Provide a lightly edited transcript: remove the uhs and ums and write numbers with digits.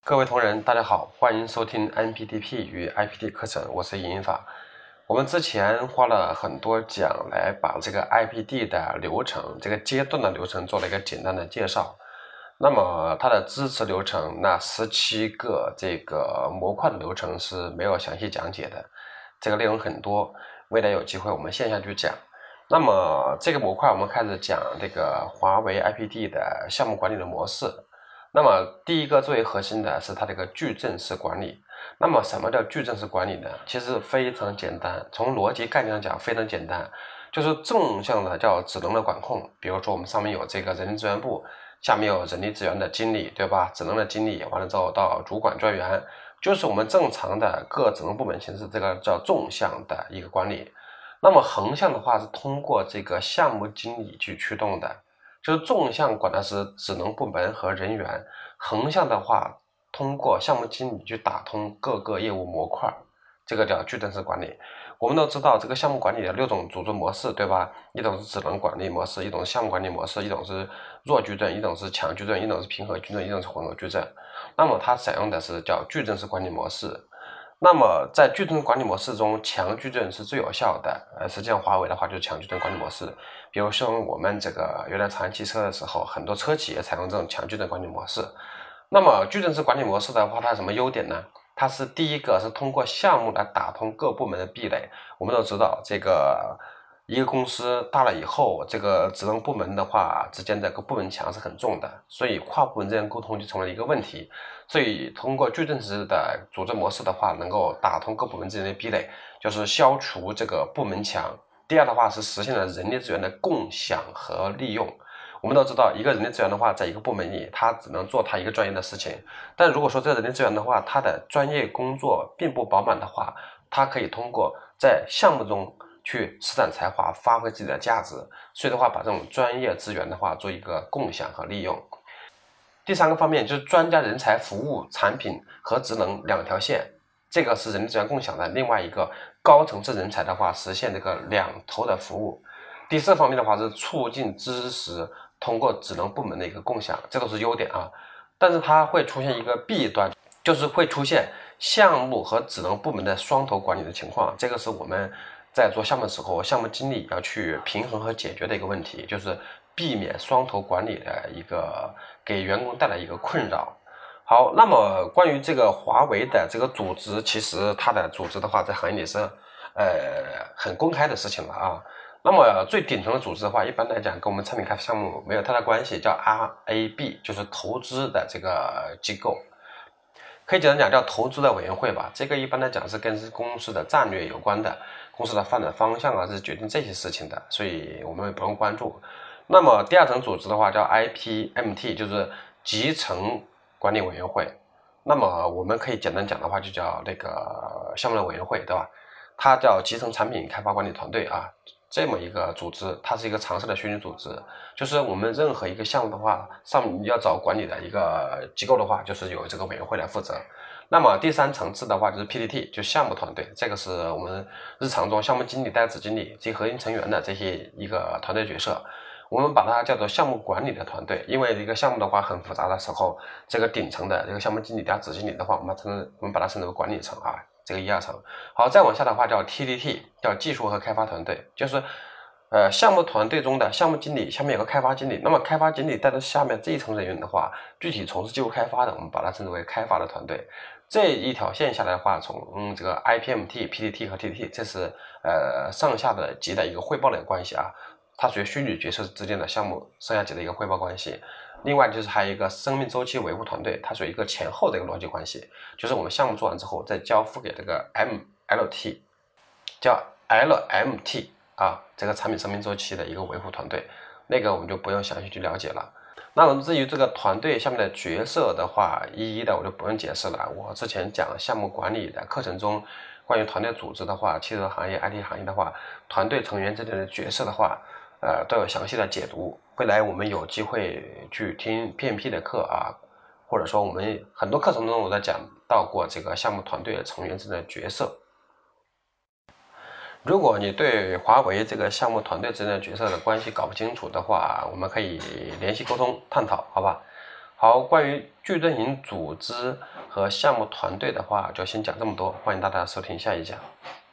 各位同仁，大家好，欢迎收听 NPDP 与 IPD 课程，我是尹法。我们之前花了很多讲来把这个 IPD 的流程，这个阶段的流程做了一个简单的介绍。那么它的支持流程，那17个这个模块的流程是没有详细讲解的，这个内容很多，未来有机会我们线下去讲。那么这个模块我们开始讲这个华为 IPD 的项目管理的模式。那么第一个最为核心的是它这个矩阵式管理。那么什么叫矩阵式管理呢？其实非常简单，从逻辑概念上讲非常简单，就是纵向的叫职能的管控。比如说我们上面有这个人力资源部，下面有人力资源的经理，对吧？职能的经理完了之后到主管专员，就是我们正常的各职能部门形式，这个叫纵向的一个管理。那么横向的话是通过这个项目经理去驱动的。就是纵向管的是职能部门和人员，横向的话通过项目经理去打通各个业务模块，这个叫矩阵式管理。我们都知道这个项目管理的6种组织模式，对吧？一种是职能管理模式，一种是项目管理模式，一种是弱矩阵，一种是强矩阵，一种是平和矩阵，一种是混合矩阵。那么它采用的是叫矩阵式管理模式。那么在矩阵管理模式中，强矩阵是最有效的。实际上华为的话就是强矩阵管理模式。比如像我们这个原来长安汽车的时候，很多车企也采用这种强矩阵管理模式。那么矩阵式管理模式的话，它有什么优点呢？它是第一个是通过项目来打通各部门的壁垒。我们都知道这个一个公司大了以后，这个职能部门的话之间的个部门墙是很重的，所以跨部门之间沟通就成了一个问题。所以通过矩阵式的组织模式的话，能够打通各部门之间的壁垒，就是消除这个部门墙。第二的话是实现了人力资源的共享和利用。我们都知道，一个人力资源的话，在一个部门里，他只能做他一个专业的事情。但如果说这个人力资源的话，他的专业工作并不饱满的话，他可以通过在项目中去施展才华，发挥自己的价值。所以的话，把这种专业资源的话做一个共享和利用。第三个方面就是专家人才、服务、产品和职能2条线，这个是人力资源共享的另外一个高层次人才的话，实现这个2头的服务。第4方面的话是促进知识通过职能部门的一个共享，这都是优点啊。但是它会出现一个弊端，就是会出现项目和职能部门的双头管理的情况，这个是我们在做项目的时候，项目经理要去平衡和解决的一个问题，就是避免双头管理的一个给员工带来一个困扰。好，那么关于这个华为的这个组织，其实它的组织的话，在行业里是很公开的事情了啊。那么最顶层的组织的话，一般来讲跟我们产品开发项目没有太大关系，叫 RAB， 就是投资的这个机构，可以简单讲叫投资的委员会吧。这个一般来讲是跟公司的战略有关的，公司的发展方向啊是决定这些事情的，所以我们也不用关注。那么第2层组织的话叫 IPMT， 就是集成管理委员会。那么我们可以简单讲的话就叫那个项目的委员会，对吧？它叫集成产品开发管理团队啊，这么一个组织，它是一个常设的虚拟组织。就是我们任何一个项目的话，上面要找管理的一个机构的话，就是由这个委员会来负责。那么第3层次的话就是 PDT， 就项目团队，这个是我们日常中项目经理、带子经理及核心成员的这些一个团队角色。我们把它叫做项目管理的团队，因为一个项目的话很复杂的时候，这个顶层的这个项目经理加子经理的话，我们把它称之为管理层啊，这个1、2层。好，再往下的话叫 TDT， 叫技术和开发团队，就是项目团队中的项目经理下面有个开发经理，那么开发经理带着下面这一层人员的话，具体从事技术开发的，我们把它称之为开发的团队。这一条线下来的话，从这个 IPMT、PDT 和 TDT， 这是上下的级的一个汇报的关系啊。它属于虚拟角色之间的项目上下级的一个汇报关系。另外就是还有一个生命周期维护团队，它属于一个前后的一个逻辑关系，就是我们项目做完之后再交付给这个 MLT， 叫 LMT 啊，这个产品生命周期的一个维护团队，那个我们就不用详细去了解了。那么至于这个团队下面的角色的话，一一的我就不用解释了。我之前讲项目管理的课程中，关于团队组织的话，汽车行业、IT 行业的话，团队成员之间的角色的话，都有详细的解读。未来我们有机会去听 PMP 的课啊，或者说我们很多课程中我在讲到过这个项目团队的成员之间的角色。如果你对华为这个项目团队之间的角色的关系搞不清楚的话，我们可以联系沟通探讨，好吧？ 好，关于巨盾营组织和项目团队的话，就先讲这么多，欢迎大家收听下一讲。